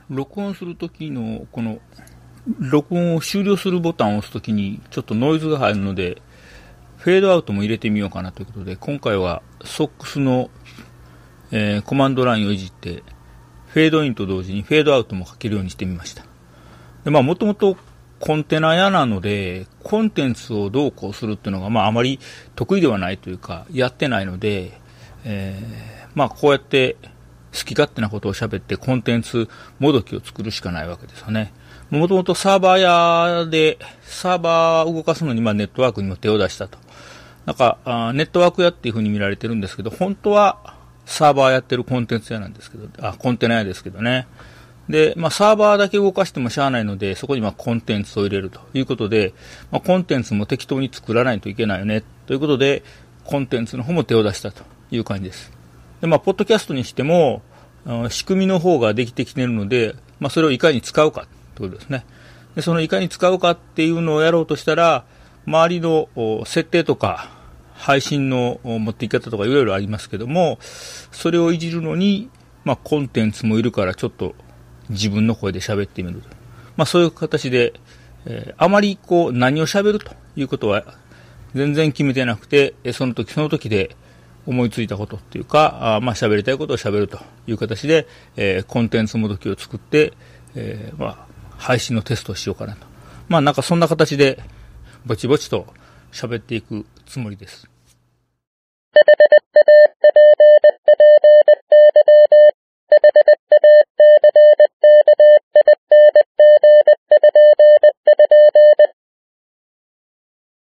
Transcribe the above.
録音するときの、この、録音を終了するボタンを押すときに、ちょっとノイズが入るので、フェードアウトも入れてみようかなということで、今回は SOX の、コマンドラインをいじって、フェードインと同時にフェードアウトもかけるようにしてみました。で、もともとコンテナ屋なので、コンテンツをどうこうするっていうのが、あまり得意ではないというか、やってないので、こうやって、好き勝手なことを喋ってコンテンツもどきを作るしかないわけですよね。もともとサーバー屋でサーバーを動かすのにネットワークにも手を出したと。ネットワーク屋っていう風に見られてるんですけど、本当はサーバーやってるコンテンツ屋なんですけど、コンテナ屋ですけどね。で、サーバーだけ動かしてもしゃあないので、そこにコンテンツを入れるということで、コンテンツも適当に作らないといけないよね、ということで、コンテンツの方も手を出したという感じです。で、ポッドキャストにしても、仕組みの方ができてきているので、それをいかに使うかということですね。で、そのいかに使うかっていうのをやろうとしたら、周りの設定とか、配信の持っていき方とかいろいろありますけども、それをいじるのに、コンテンツもいるからちょっと自分の声で喋ってみると。そういう形で、あまり何を喋るということは全然決めてなくて、その時で、思いついたことっていうか、喋りたいことを喋るという形で、コンテンツもどきを作って、配信のテストをしようかなと。そんな形で、ぼちぼちと喋っていくつもりです。